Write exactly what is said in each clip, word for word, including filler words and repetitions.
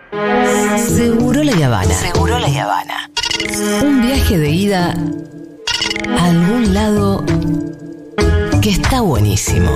Seguro La Habana. Seguro La Habana. Un viaje de ida a algún lado que está buenísimo.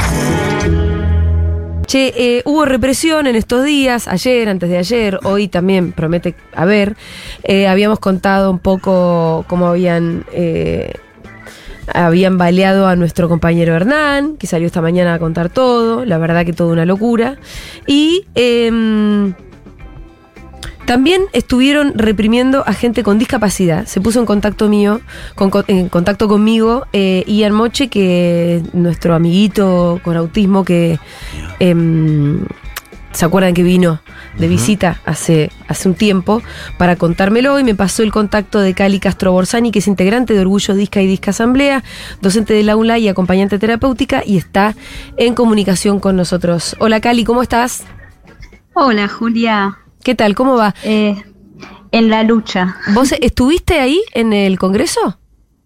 Che, eh, hubo represión en estos días, ayer, antes de ayer, hoy también promete haber. Eh, habíamos contado un poco cómo habían... Eh, Habían baleado a nuestro compañero Hernán, que salió esta mañana a contar todo. La verdad que toda una locura. Y eh, también estuvieron reprimiendo a gente con discapacidad. Se puso en contacto mío, con, en contacto conmigo, eh, Ian Moche, que es nuestro amiguito con autismo, que eh, ¿se acuerdan que vino de visita hace, hace un tiempo para contármelo? Y me pasó el contacto de Cali Castro Borsani, que es integrante de Orgullo Disca y Disca Asamblea, docente del aula y acompañante terapéutica, y está en comunicación con nosotros. Hola Cali, ¿cómo estás? Hola Julia. ¿Qué tal? ¿Cómo va? Eh, en la lucha. ¿Vos estuviste ahí en el Congreso?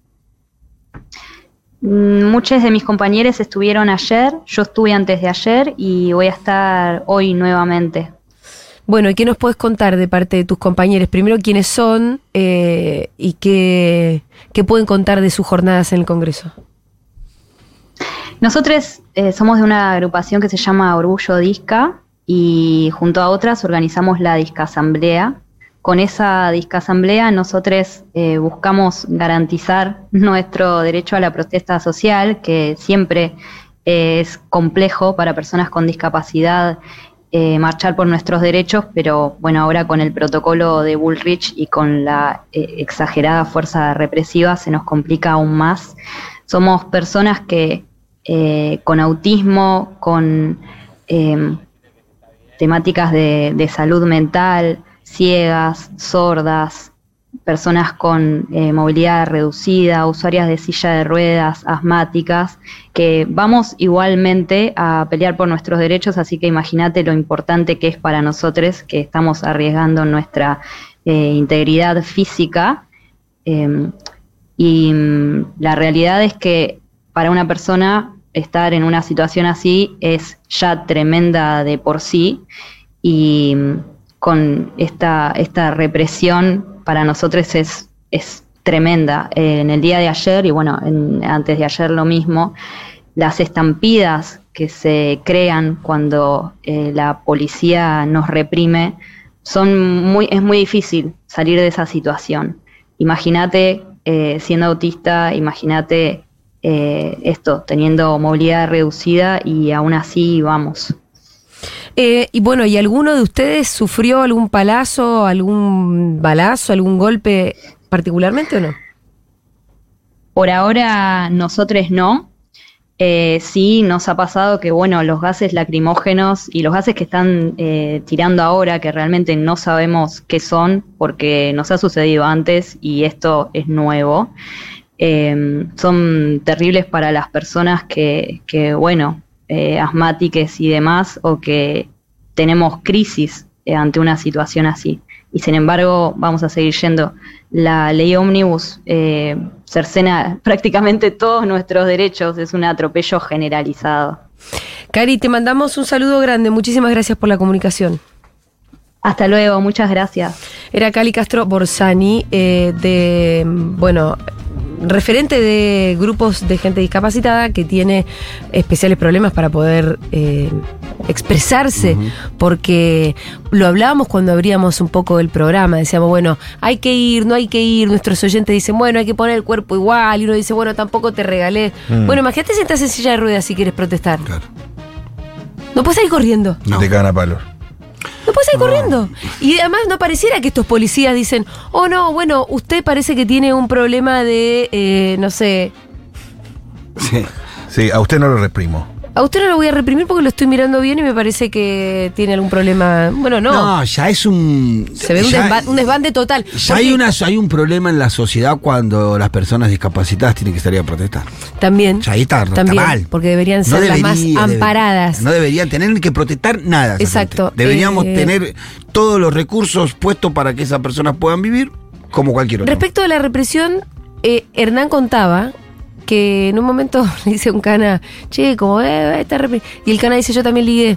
Muchos de mis compañeros estuvieron ayer, yo estuve antes de ayer y voy a estar hoy nuevamente. Bueno, ¿y qué nos puedes contar de parte de tus compañeros? Primero, ¿quiénes son eh, y qué, qué pueden contar de sus jornadas en el Congreso? Nosotros eh, somos de una agrupación que se llama Orgullo Disca y junto a otras organizamos la Disca Asamblea. Con esa Disca Asamblea nosotros eh, buscamos garantizar nuestro derecho a la protesta social, que siempre eh, es complejo para personas con discapacidad eh, marchar por nuestros derechos, pero bueno, ahora con el protocolo de Bullrich y con la eh, exagerada fuerza represiva se nos complica aún más. Somos personas que eh, con autismo, con eh, temáticas de, de salud mental, ciegas, sordas, personas con eh, movilidad reducida, usuarias de silla de ruedas, asmáticas, que vamos igualmente a pelear por nuestros derechos, así que imagínate lo importante que es para nosotros, que estamos arriesgando nuestra eh, integridad física. Eh, y mm, la realidad es que para una persona estar en una situación así es ya tremenda de por sí, y con esta, esta represión para nosotros es, es tremenda. Eh, en el día de ayer, y bueno, en, antes de ayer lo mismo, las estampidas que se crean cuando eh, la policía nos reprime, son muy, es muy difícil salir de esa situación. Imagínate eh, siendo autista, imagínate eh, esto, teniendo movilidad reducida y aún así vamos. Eh, y bueno, ¿y alguno de ustedes sufrió algún palazo, algún balazo, algún golpe particularmente o no? Por ahora nosotros no. Eh, sí nos ha pasado que, bueno, los gases lacrimógenos y los gases que están eh, tirando ahora, que realmente no sabemos qué son porque nos ha sucedido antes y esto es nuevo, eh, son terribles para las personas que, que bueno... Eh, asmáticas y demás, o que tenemos crisis eh, ante una situación así. Y sin embargo, vamos a seguir yendo. La ley ómnibus eh, cercena prácticamente todos nuestros derechos, es un atropello generalizado. Cari, te mandamos un saludo grande, muchísimas gracias por la comunicación. Hasta luego, muchas gracias. Era Cali Castro Borsani, eh, de, bueno, referente de grupos de gente discapacitada que tiene especiales problemas para poder eh, expresarse, uh-huh. Porque lo hablábamos cuando abríamos un poco el programa, decíamos, bueno, hay que ir, no hay que ir, nuestros oyentes dicen, bueno, hay que poner el cuerpo igual, y uno dice, bueno, tampoco te regalé. Mm. Bueno, imagínate si estás en silla de ruedas si quieres protestar. Claro. No puedes salir corriendo. No te cagan a palo. No puedes ir no. corriendo. Y además no pareciera que estos policías dicen, oh no, bueno, usted parece que tiene un problema de, eh, no sé. Sí, sí, a usted no lo reprimo. A usted no lo voy a reprimir porque lo estoy mirando bien y me parece que tiene algún problema. Bueno, no. No, ya es un... Se ve un, ya, desba, un desbande total. Ya hay, una, hay un problema en la sociedad cuando las personas discapacitadas tienen que salir a protestar. También. Ya ahí está, no también, está mal. Porque deberían ser no debería, las más amparadas. Debe, no deberían tener que protestar nada. Exacto. Deberíamos eh, tener todos los recursos puestos para que esas personas puedan vivir como cualquier otro. Respecto a la represión, eh, Hernán contaba que en un momento le dice a un cana, che, como eh, está reprimido. Y el cana dice, yo también ligué.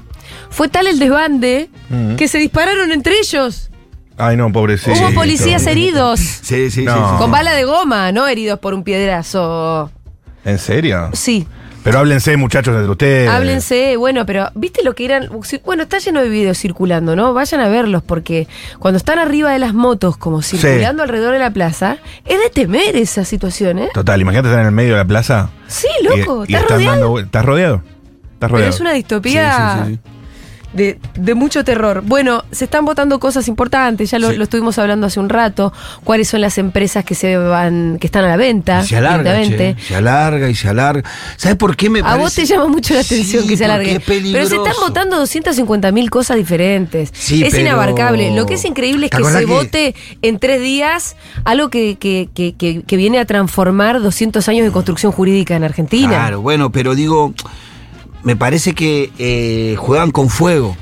Fue tal el desbande Mm. que se dispararon entre ellos. Ay, no, pobrecito. Hubo policías heridos. Sí, sí, No. sí, sí. Con bala de goma, no heridos por un piedrazo. ¿En serio? Sí, Pero háblense, muchachos, entre ustedes. háblense. Bueno, pero ¿viste lo que eran? Bueno, está lleno de videos circulando, ¿no? Vayan a verlos porque cuando están arriba de las motos, como circulando alrededor de la plaza, es de temer esa situación, ¿eh? Total, imagínate estar en el medio de la plaza. Sí, loco, y, y ¿estás están rodeado? dando vuel- ¿Estás rodeado? Estás Pero rodeado. es una distopía Sí, sí, sí, sí. De, de mucho terror. Bueno, se están votando cosas importantes, ya lo, Sí. lo estuvimos hablando hace un rato. ¿Cuáles son las empresas que se van, que están a la venta? Y se alarga, directamente? che, se alarga y se alarga. ¿Sabes por qué me A parece? vos te llama mucho la atención Sí, que se porque alargue. es peligroso. Pero se están votando doscientas cincuenta mil cosas diferentes. Sí, es pero- inabarcable. Lo que es increíble es ¿Te que acordás se que- vote en tres días algo que, que, que, que, que viene a transformar doscientos años de construcción jurídica en Argentina. Claro, bueno, pero digo, me parece que eh, juegan con fuego.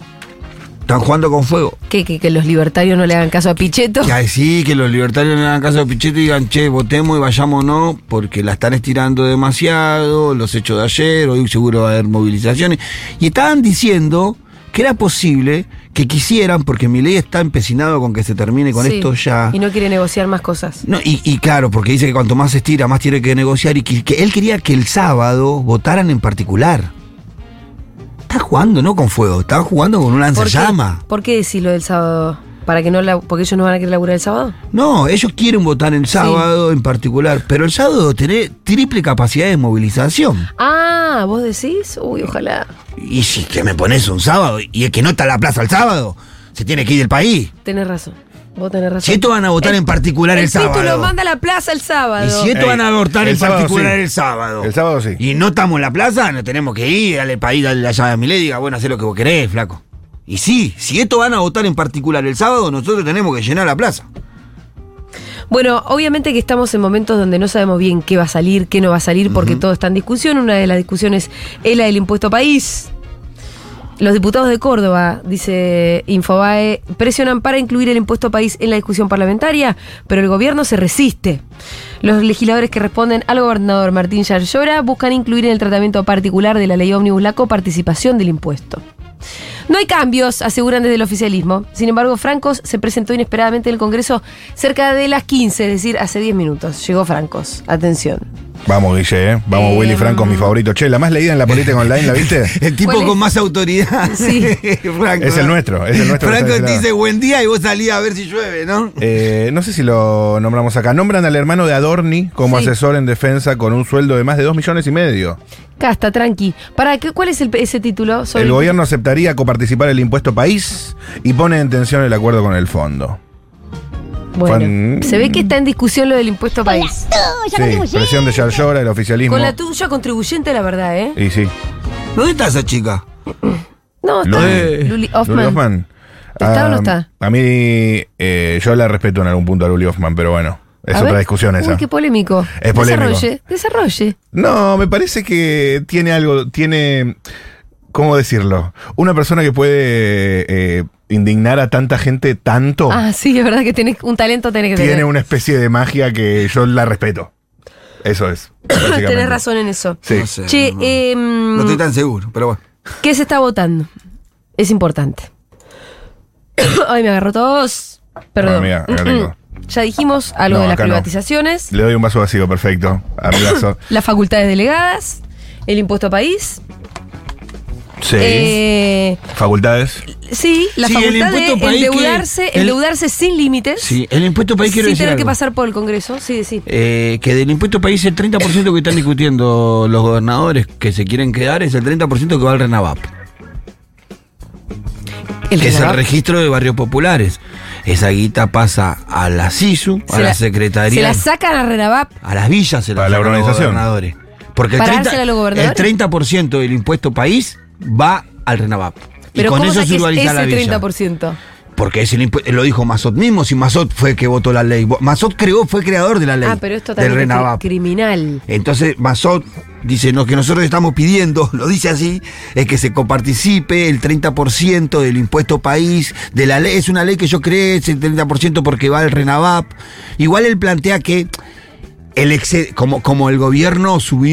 Están jugando con fuego. Que, que, que los libertarios no le hagan caso a Pichetto. Que sí, que los libertarios le hagan caso a Pichetto y digan, che, votemos y vayámonos, porque la están estirando demasiado, los hechos de ayer, hoy seguro va a haber movilizaciones. Y estaban diciendo que era posible que quisieran, porque Milei está empecinado con que se termine con Sí, esto ya. Y no quiere negociar más cosas. No, y, y claro, porque dice que cuanto más se estira, más tiene que negociar, y que, que él quería que el sábado votaran en particular. Está jugando no con fuego, está jugando con un ¿Por qué, lanzallamas. ¿Por qué decís lo del sábado? ¿Para que no la, porque ellos no van a querer laburar el sábado? No, ellos quieren votar el sábado en particular, pero el sábado tiene triple capacidad de movilización. Ah, ¿vos decís? Uy, ojalá. Y si te me pones un sábado y el que no está en la plaza el sábado, se tiene que ir del país. Tenés razón. Vos tenés razón. Si estos van a votar en particular el, el sábado. título manda a la plaza el sábado. Y si estos Ey, van a votar el en sábado particular sí. el sábado. El sábado sí. Y no estamos en la plaza, no tenemos que ir, dale país, dale la llave a Milei y diga, bueno, hacé lo que vos querés, flaco. Y sí, si estos van a votar en particular el sábado, nosotros tenemos que llenar la plaza. Bueno, obviamente que estamos en momentos donde no sabemos bien qué va a salir, qué no va a salir, porque todo está en discusión. Una de las discusiones es la del impuesto país. Los diputados de Córdoba, dice Infobae, presionan para incluir el impuesto país en la discusión parlamentaria, pero el gobierno se resiste. Los legisladores que responden al gobernador Martín Yarlora buscan incluir en el tratamiento particular de la ley ómnibus la coparticipación del impuesto. No hay cambios, aseguran desde el oficialismo. Sin embargo, Francos se presentó inesperadamente en el Congreso cerca de las quince, es decir, hace diez minutos. Llegó Francos. Atención. Vamos, Guille, ¿eh? Vamos, Eh, Willy Franco, mi favorito. Che, la más leída en la política online, ¿la viste? El tipo ¿Cuál es? con más autoridad. Sí. Franco. Es el nuestro, es el nuestro. que Franco está de te ese dice lado. buen día y vos salías a ver si llueve, ¿no? Eh, no sé si lo nombramos acá. Nombran al hermano de Adorni como Sí. asesor en defensa con un sueldo de más de dos millones y medio. Casta, tranqui. ¿Para qué, ¿Cuál es el, ese título? Sobre El gobierno aceptaría coparticipar el impuesto país y pone en tensión el acuerdo con el fondo. Bueno, Juan- se ve que está en discusión lo del impuesto país. Sí, presión de Yarlora, el oficialismo. Con la tuya contribuyente, la verdad, ¿eh? Y sí. ¿Dónde está esa chica? No, está. Luli- Luli Hoffman. Luli Hoffman. ¿Está o no Ah, está? A mí, eh, yo la respeto en algún punto a Luli Hoffman, pero bueno, es A otra ver. discusión esa. Uy, qué polémico. Es polémico. Desarrolle, desarrolle. No, me parece que tiene algo, tiene, ¿cómo decirlo? Una persona que puede eh, indignar a tanta gente tanto, Ah, sí, es verdad que tenés un talento, tenés que tiene tener. una especie de magia que yo la respeto. Eso es. básicamente. Tenés razón en eso. Sí. No sé, Che, no, em, no estoy tan seguro, pero bueno. ¿qué se está votando? Es importante. Ay, me agarró tos. Perdón. Ah, mira, acá tengo. Ya dijimos algo No, de las acá no. privatizaciones, Le doy un vaso vacío, perfecto. Amigazo. las facultades delegadas, el impuesto a país. Sí. Eh, Facultades. sí, la Sí, el facultad de impuesto país que- endeudarse, el- endeudarse sin límites. Sí, el impuesto país quiero sin decir tener que algo. pasar por el Congreso. Sí, sí. Eh, que del impuesto país el treinta por ciento que están discutiendo los gobernadores que se quieren quedar es el treinta por ciento que va al RENAVAP, El que es el Renap. registro de barrios populares. Esa guita pasa a la SISU, a Se la, la- Secretaría, Se la sacan a Renavap. a las villas, se la Para la sacan a los urbanización. gobernadores. Porque el ¿Para treinta, dársela a los gobernadores? el treinta por ciento del impuesto país va al RENAVAP. Y Pero con ¿cómo eso se saques urbaniza la ese villa. treinta por ciento? Porque es el impu- lo dijo Mazot mismo, si Mazot fue el que votó la ley. Mazot creó, fue creador de la ley. Ah, pero esto del también es RENAVAP. criminal. Entonces Mazot dice, lo que nosotros estamos pidiendo, lo dice así, es que se coparticipe el treinta por ciento del impuesto país, de la ley, es una ley que yo creé, es el treinta por ciento porque va al RENAVAP. Igual él plantea que el exced- como, como el gobierno subió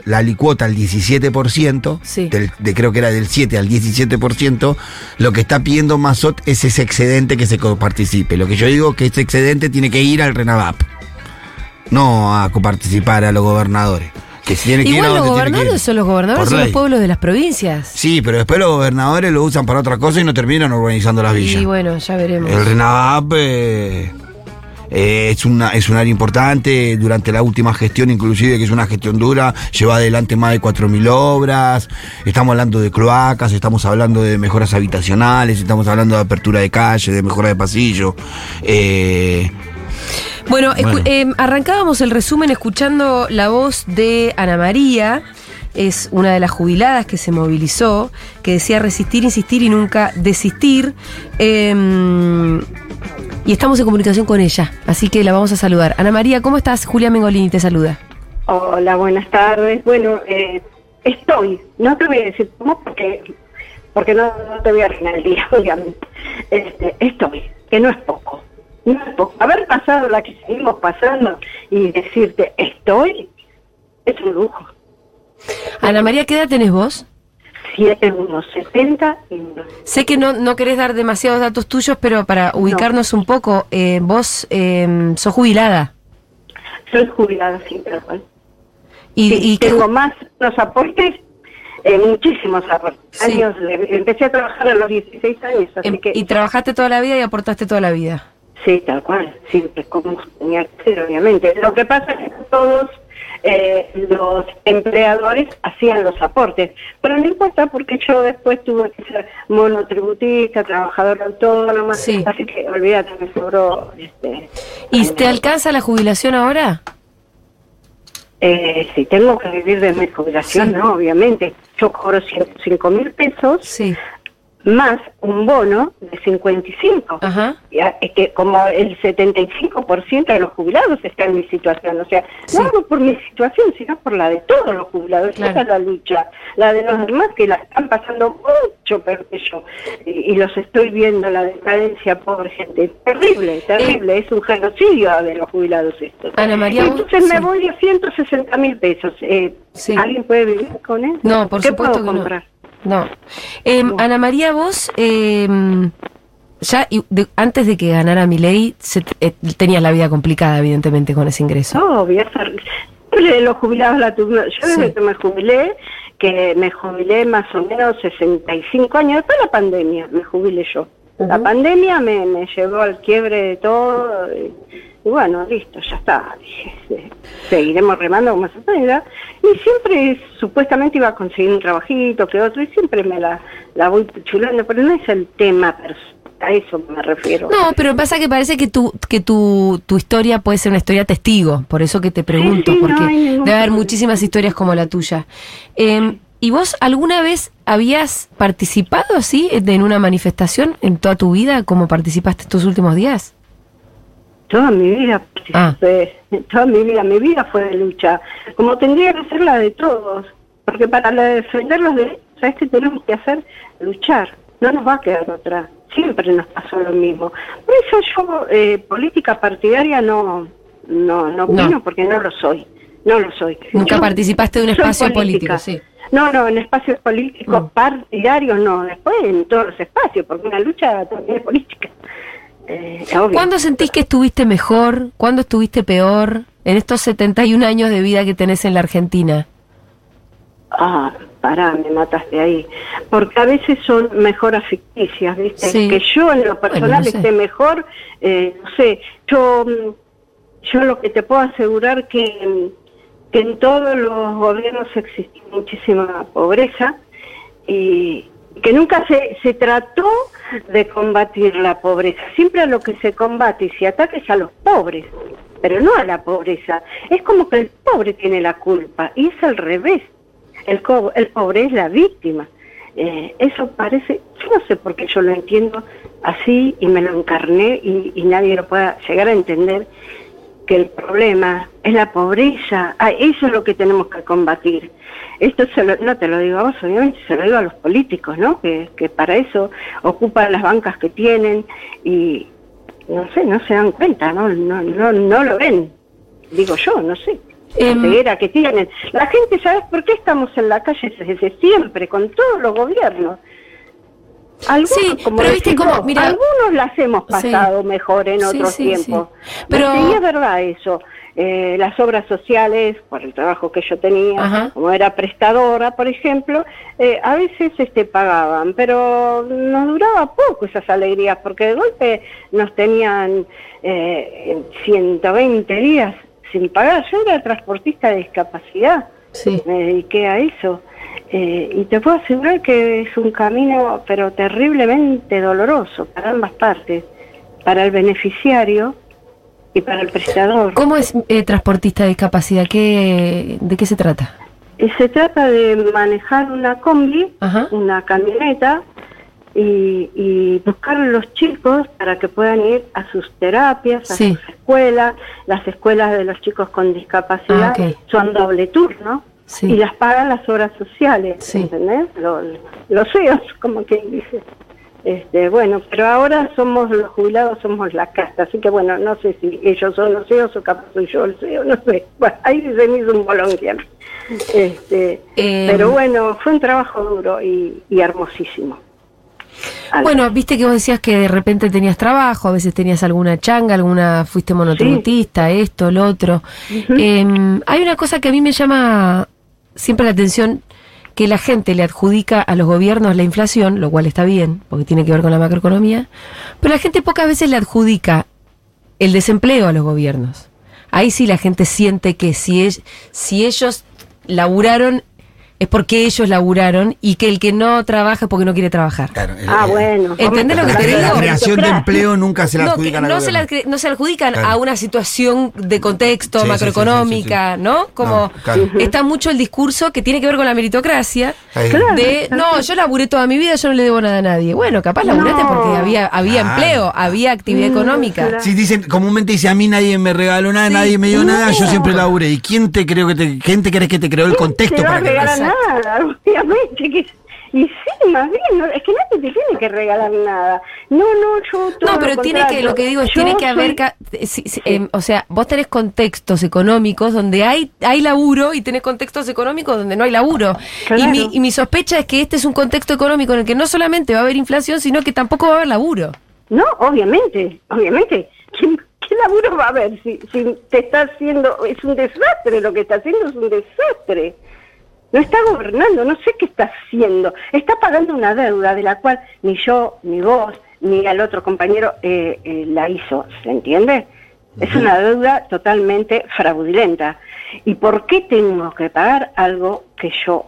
la alicuota al diecisiete por ciento, Sí. del- de, creo que era del siete al diecisiete por ciento, lo que está pidiendo Mazot es ese excedente que se coparticipe. Lo que yo digo es que ese excedente tiene que ir al RENAVAP, no a coparticipar a los gobernadores. Que si tiene que ir a Igual los donde tiene que gobernadores ir. son los gobernadores, Por son los ley. pueblos de las provincias. Sí, pero después los gobernadores lo usan para otra cosa y no terminan urbanizando las villas. Y bueno, ya veremos. El RENAVAP eh, eh, es, una, es un área importante. Durante la última gestión, inclusive, que es una gestión dura, lleva adelante más de cuatro mil obras. Estamos hablando de cloacas, estamos hablando de mejoras habitacionales, estamos hablando de apertura de calle, de mejora de pasillo. Eh, Bueno, escu- Bueno. eh, arrancábamos el resumen escuchando la voz de Ana María, es una de las jubiladas que se movilizó, que decía resistir, insistir y nunca desistir. Eh, y estamos en comunicación con ella, así que la vamos a saludar. Ana María, ¿cómo estás? Julia Mengolini te saluda. Hola, buenas tardes. Bueno, eh, estoy, no te voy a decir cómo porque porque no, no te voy a arruinar el día, obviamente. Este, estoy, que no es poco, no es poco. Haber pasado la que seguimos pasando y decirte estoy, es un lujo. Ana María, ¿qué edad tenés vos? Siete, unos setenta y unos. Sé que no, no querés dar demasiados datos tuyos, pero para ubicarnos un poco, eh, vos eh, sos jubilada. Soy jubilada, sí, tal cual. Y, Sí, y qué tengo ju- más los aportes, eh, muchísimos aportes. Sí. Años, de- empecé a trabajar a los dieciséis años, así em- que... y trabajaste toda la vida y aportaste toda la vida. Sí, tal cual, siempre, como tenía que ser, obviamente. Lo que pasa es que todos eh, los empleadores hacían los aportes, pero no importa porque yo después tuve que ser monotributista, trabajadora autónoma, Sí. así que olvídate, me sobró... Este, ¿Y te alcanza la jubilación ahora? eh, si tengo que vivir de mi jubilación, Sí. no, obviamente. Yo cobro ciento cinco mil pesos Sí. más un bono de cincuenta y cinco. Ajá. Ya, es que como el setenta y cinco por ciento de los jubilados está en mi situación, o sea, Sí. no hago por mi situación, sino por la de todos los jubilados. Claro. Esa es la lucha, la de los demás que la están pasando mucho peor que yo, y, y los estoy viendo, la decadencia, pobre gente, terrible, terrible, es un genocidio de los jubilados esto. Ana María, vos- Entonces me sí. voy a ciento sesenta mil pesos, eh, Sí. ¿alguien puede vivir con eso? No, por ¿Qué supuesto puedo que no. comprar? No. Eh, No. Ana María, vos, eh, ya y de- antes de que ganara Milei, se t- eh, tenías la vida complicada, evidentemente, con ese ingreso. No, voy a hacer... Siempre los jubilados la tuvieron. Yo desde Sí. que me jubilé, que me jubilé más o menos sesenta y cinco años, después de la pandemia me jubilé yo. La Ujú. pandemia me, me llevó al quiebre de todo, y, y bueno, listo, ya está. Dije, se- seguiremos remando como se pueda. Y siempre supuestamente iba a conseguir un trabajito que otro, y siempre me la, la voy chulando, pero no es el tema personal, a eso me refiero. No, pero pasa que parece que tu que tu, tu historia puede ser una historia testigo, por eso que te pregunto, sí, no porque hay ningún debe haber problema. muchísimas historias como la tuya. Eh, ¿Y vos alguna vez habías participado así de- en una manifestación en toda tu vida, como participaste estos últimos días? Toda mi vida, Ah. participé, toda mi vida, mi vida fue de lucha, como tendría que ser la de todos, porque para la de defender los derechos, ¿sabes qué tenemos que hacer? Luchar, no nos va a quedar otra, siempre nos pasó lo mismo. Por eso yo, eh, política partidaria no, no, no opino, No. porque no lo soy, no lo soy. Nunca Yo participaste de un soy espacio política. político, sí. No, no, en espacios políticos Mm. partidarios no, después en todos los espacios, porque una lucha también es política. Eh, obvio. ¿Cuándo sentís que estuviste mejor? ¿Cuándo estuviste peor? En estos setenta y un años de vida que tenés en la Argentina. Ah, pará, me mataste ahí. Porque a veces son mejoras ficticias, ¿viste? Sí. Que yo en lo personal no sé. esté mejor, eh, no sé, yo, mm, yo lo que te puedo asegurar que, mm, que en todos los gobiernos existe muchísima pobreza y que nunca se, se trató de combatir la pobreza. Siempre a lo que se combate y se ataca es a los pobres, pero no a la pobreza. Es como que el pobre tiene la culpa y es al revés. El, co- el pobre es la víctima. Eh, eso parece, yo no sé por qué yo lo entiendo así y me lo encarné y, y nadie lo pueda llegar a entender, que el problema es la pobreza. Ah, eso es lo que tenemos que combatir. Esto se lo- no te lo digo a vos, obviamente, se lo digo a los políticos, ¿no? Que, que para eso ocupan las bancas que tienen y no sé, no se dan cuenta, ¿no? No, no, no lo ven. Digo yo, no sé. la Em, ceguera que tienen. La gente, ¿sabes por qué estamos en la calle desde siempre, con todos los gobiernos? Algunos, Sí, como pero viste decís como, vos, mira, algunos las hemos pasado sí, mejor en sí, otros sí, tiempos. sí. Pero- Sí, es verdad eso. Eh, las obras sociales, por el trabajo que yo tenía, Ajá. como era prestadora, por ejemplo, eh, a veces este pagaban, pero nos duraba poco esas alegrías, porque de golpe nos tenían eh, ciento veinte días sin pagar. Yo era transportista de discapacidad, Sí. me dediqué a eso. Eh, y te puedo asegurar que es un camino, pero terriblemente doloroso para ambas partes, para el beneficiario y para el prestador. ¿Cómo es eh, transportista de discapacidad? ¿Qué, ¿De qué se trata? Y se trata de manejar una combi, Ajá. una camioneta, y, y buscar a los chicos para que puedan ir a sus terapias, a Sí. sus escuelas. Las escuelas de los chicos con discapacidad Ah, ok. son doble turno. Sí. Y las pagan las obras sociales, Sí. ¿entendés? Los, los C E Os, como quien dice. Este, bueno, pero ahora somos los jubilados, somos la casta, así que bueno, no sé si ellos son los C E Os o capaz soy yo el C E O, no sé. Bueno, ahí se me hizo un bolón que a mí. Este, Eh, pero bueno, fue un trabajo duro y, y hermosísimo. Algo. Bueno, viste que vos decías que de repente tenías trabajo, a veces tenías alguna changa, alguna fuiste monotributista, esto, lo otro. Ujú. Eh, hay una cosa que a mí me llama siempre la atención, que la gente le adjudica a los gobiernos la inflación, lo cual está bien, porque tiene que ver con la macroeconomía, pero la gente pocas veces le adjudica el desempleo a los gobiernos. Ahí sí la gente siente que si, es, si ellos laburaron es porque ellos laburaron y que el que no trabaja es porque no quiere trabajar. Claro, el- Ah, el- bueno. ¿Entendés lo que la, te la digo? creación de Claro. empleo nunca se la No, que adjudican al no, se la, gobierno. no se la adjudican Claro. a una situación de contexto Sí, sí, macroeconómica, sí, sí, sí, sí. ¿no? Como No, claro. está mucho el discurso que tiene que ver con la meritocracia. Ahí. Claro. De, no, yo laburé toda mi vida, yo no le debo nada a nadie. Bueno, capaz laburaste No. porque había, había Claro. empleo, había actividad Mm, económica. claro. Sí, dicen, comúnmente dice, a mí nadie me regaló nada, Sí. nadie me dio No. nada, yo siempre laburé. ¿Y quién te creo que te, quién te crees que te creó el contexto No te va para a que regalar Exacto. nada, obviamente. Que, y sí, más bien, no, es que nadie te tiene que regalar nada. No, no, yo todo No, pero lo tiene contrario. que, lo que digo es, Yo tiene que haber, soy- ca- si- si- em, o sea, vos tenés contextos económicos donde hay hay laburo y tenés contextos económicos donde no hay laburo. Claro. Y, mi, y mi sospecha es que este es un contexto económico en el que no solamente va a haber inflación, sino que tampoco va a haber laburo. No, obviamente, obviamente. ¿Qué, qué laburo va a haber si, si te está haciendo? Es un desastre, lo que está haciendo es un desastre. No está gobernando, no sé qué está haciendo. Está pagando una deuda de la cual ni yo, ni vos, ni al otro compañero eh, eh, la hizo, ¿se entiende? Es una deuda totalmente fraudulenta. ¿Y por qué tengo que pagar algo que yo...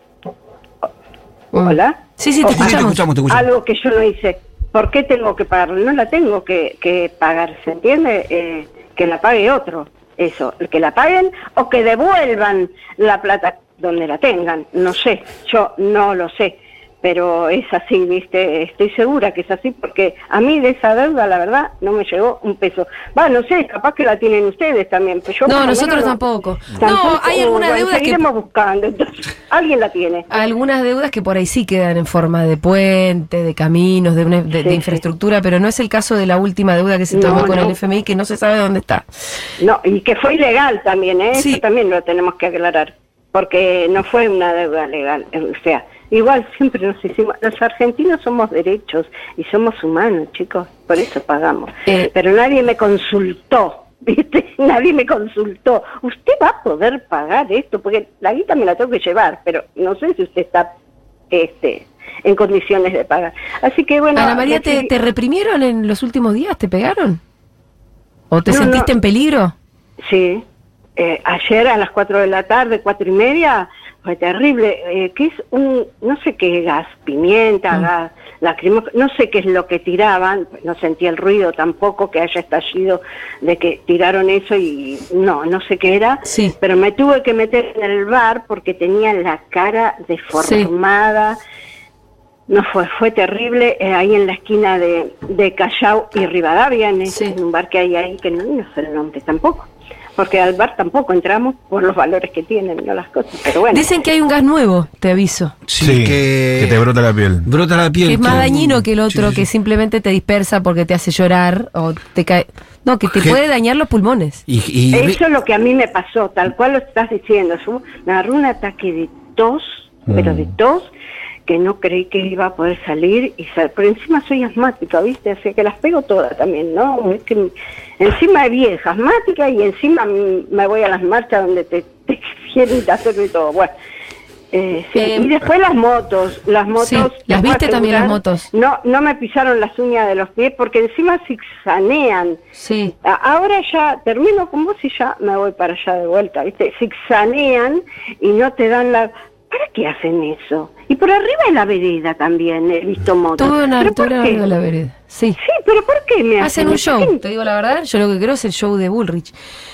¿Hola? Sí, sí, te O- Sí, sí, te escuchamos. escuchamos, te escuchamos. algo que yo no hice. ¿Por qué tengo que pagarlo? No la tengo que, que pagar, ¿se entiende? Eh, que la pague otro, eso, que la paguen o que devuelvan la plata donde la tengan, no sé, yo no lo sé, pero es así, ¿viste? Estoy segura que es así porque a mí de esa deuda, la verdad, no me llegó un peso. Va, no sé, capaz que la tienen ustedes también, pero yo por No, lo nosotros menos tampoco. tampoco, No, hay algunas bueno, deudas que... seguiremos buscando, entonces, alguien la tiene. Algunas deudas que por ahí sí quedan en forma de puente, de caminos, de, una- de- Sí, de sí. infraestructura, pero no es el caso de la última deuda que se tomó No, con no. el F M I, que no se sabe dónde está. No, y que fue ilegal también, ¿eh? Sí. Eso también lo tenemos que aclarar, porque no fue una deuda legal, eh, o sea, igual siempre nos hicimos, los argentinos somos derechos y somos humanos, chicos, por eso pagamos, Eh. pero nadie me consultó, ¿viste? Nadie me consultó, ¿usted va a poder pagar esto? Porque la guita me la tengo que llevar, pero no sé si usted está este en condiciones de pagar. Así que bueno... Ana María, ¿te, decidí- ¿te reprimieron en los últimos días? ¿Te pegaron? ¿O te No, sentiste no. en peligro? Sí, eh, ayer a las cuatro de la tarde, cuatro y media, fue terrible, eh, que es un, no sé qué gas, pimienta, Mm. gas, lacrimógeno, no sé qué es lo que tiraban, no sentí el ruido tampoco que haya estallido de que tiraron eso y no, no sé qué era, Sí. pero me tuve que meter en el bar porque tenía la cara deformada. No fue, fue terrible, eh, ahí en la esquina de, de Callao y Rivadavia, en, ese- Sí. en un bar que hay ahí, que no, no sé el nombre tampoco. porque al bar tampoco entramos por los valores que tienen, no las cosas, pero bueno. Dicen que hay un gas nuevo, te aviso. Sí, Sí, que, que te brota la piel. brota la piel. Que es más que- dañino que el otro, Sí, sí, que sí. simplemente te dispersa porque te hace llorar o te cae. No, que te Je- puede dañar los pulmones. Y, y- Eso es lo que a mí me pasó, tal cual lo estás diciendo. Yo me agarró un ataque de tos, pero Mm. de tos, que no creí que iba a poder salir. y sal- Pero encima soy asmática, ¿viste? Así que las pego todas también, ¿no? Es que encima de vieja, asmática, y encima mm, me voy a las marchas donde te, te quieren hacer de todo. Bueno. Eh, sí. Eh, y después las motos, las motos. sí, te las puedo viste también las asegurar, motos. No, no me pisaron las uñas de los pies porque encima zigzanean. Sí. A- Ahora ya termino con vos y ya me voy para allá de vuelta, ¿viste? Zigzanean y no te dan la... ¿Para qué hacen eso? Y por arriba de la vereda también he visto motos. Tuve una ¿Pero por altura qué? arriba de la vereda. Sí. Sí, pero ¿por qué me Hacen hacen un eso? show, ¿Qué? te digo la verdad. Yo lo que creo es el show de Bullrich.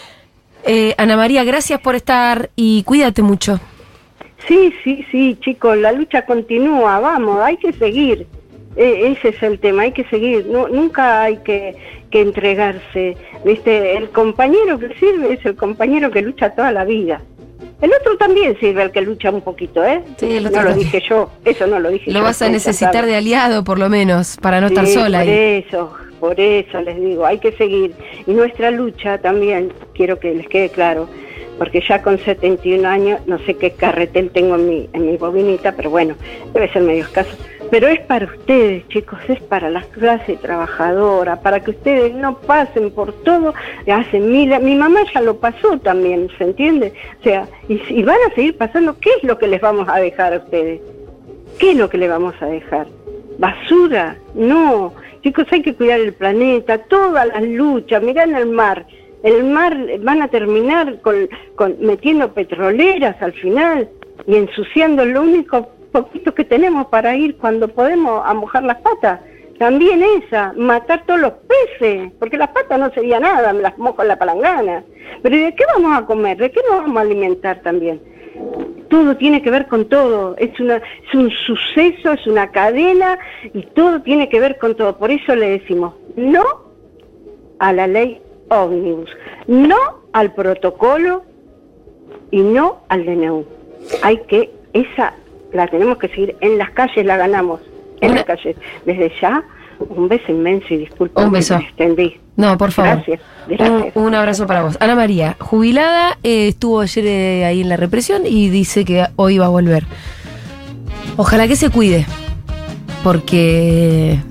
Eh, Ana María, gracias por estar y cuídate mucho. Sí, sí, sí, chicos, la lucha continúa, vamos, hay que seguir. Eh, ese es el tema, hay que seguir, no, nunca hay que, que entregarse. ¿Viste? El compañero que sirve es el compañero que lucha toda la vida. El otro también sirve, el que lucha un poquito, ¿eh? Sí, el otro no lo también. dije yo, eso no lo dije yo. Lo vas a ustedes ya necesitar saben. de aliado, por lo menos, para no estar Sí, sola por ahí. eso, por eso les digo, hay que seguir. Y nuestra lucha también, quiero que les quede claro, porque ya con setenta y un años, no sé qué carretel tengo en mi, en mi bobinita, pero bueno, debe ser medio escaso. Pero es para ustedes, chicos, es para la clase trabajadora, para que ustedes no pasen por todo, hace mil, mi mamá ya lo pasó también, ¿se entiende? O sea, y, y van a seguir pasando, ¿qué es lo que les vamos a dejar a ustedes? ¿Qué es lo que le vamos a dejar? ¿Basura? No. Chicos, hay que cuidar el planeta, todas las luchas, mirá en el mar. El mar van a terminar con, con metiendo petroleras al final y ensuciando lo único poquito que tenemos para ir cuando podemos a mojar las patas. También esa, matar todos los peces, porque las patas no sería nada, me las mojo en la palangana. Pero ¿y de qué vamos a comer? ¿De qué nos vamos a alimentar también? Todo tiene que ver con todo, es una es un suceso, es una cadena y todo tiene que ver con todo. Por eso le decimos no a la ley ómnibus, no al protocolo y no al D N U. Hay que, esa la tenemos que seguir en las calles, la ganamos en Una- las calles. Desde ya, un beso inmenso y disculpa Un beso. que me extendí. No, por favor. Gracias. Un, gracias. un abrazo para vos. Ana María, jubilada, eh, estuvo ayer eh, ahí en la represión y dice que hoy va a volver. Ojalá que se cuide, porque...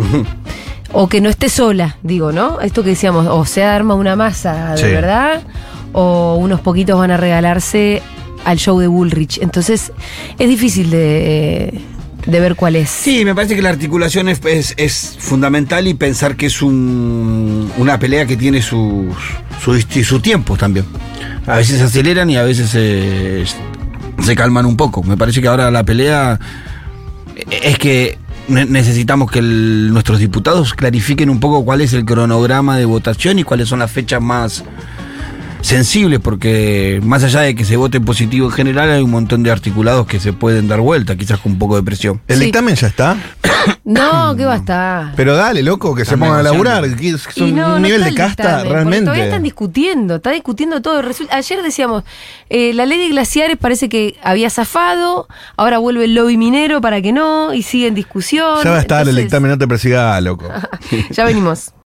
o que no esté sola, digo, ¿no? Esto que decíamos, o se arma una masa de Sí. verdad, o unos poquitos van a regalarse al show de Bullrich. Entonces, es difícil de, de ver cuál es. Sí, me parece que la articulación es, es, es fundamental y pensar que es un, una pelea que tiene sus su, su tiempo también. A veces se aceleran y a veces se, se calman un poco. Me parece que ahora la pelea es que ne- necesitamos que el- nuestros diputados clarifiquen un poco cuál es el cronograma de votación y cuáles son las fechas más sensibles, porque más allá de que se vote positivo en general, hay un montón de articulados que se pueden dar vuelta, quizás con un poco de presión. ¿El Sí. dictamen ya está? No, ¿qué va a estar? Pero dale, loco, que se Están pongan a negociando. laburar. que Es, es Y un no, no nivel está de el casta dictamen, porque realmente. Todavía están discutiendo, está discutiendo todo. Resulta- ayer decíamos, eh, la ley de glaciares parece que había zafado, ahora vuelve el lobby minero para que no, y sigue en discusión. Ya va a estar el Entonces, dictamen, no te persiga, loco. Ya venimos.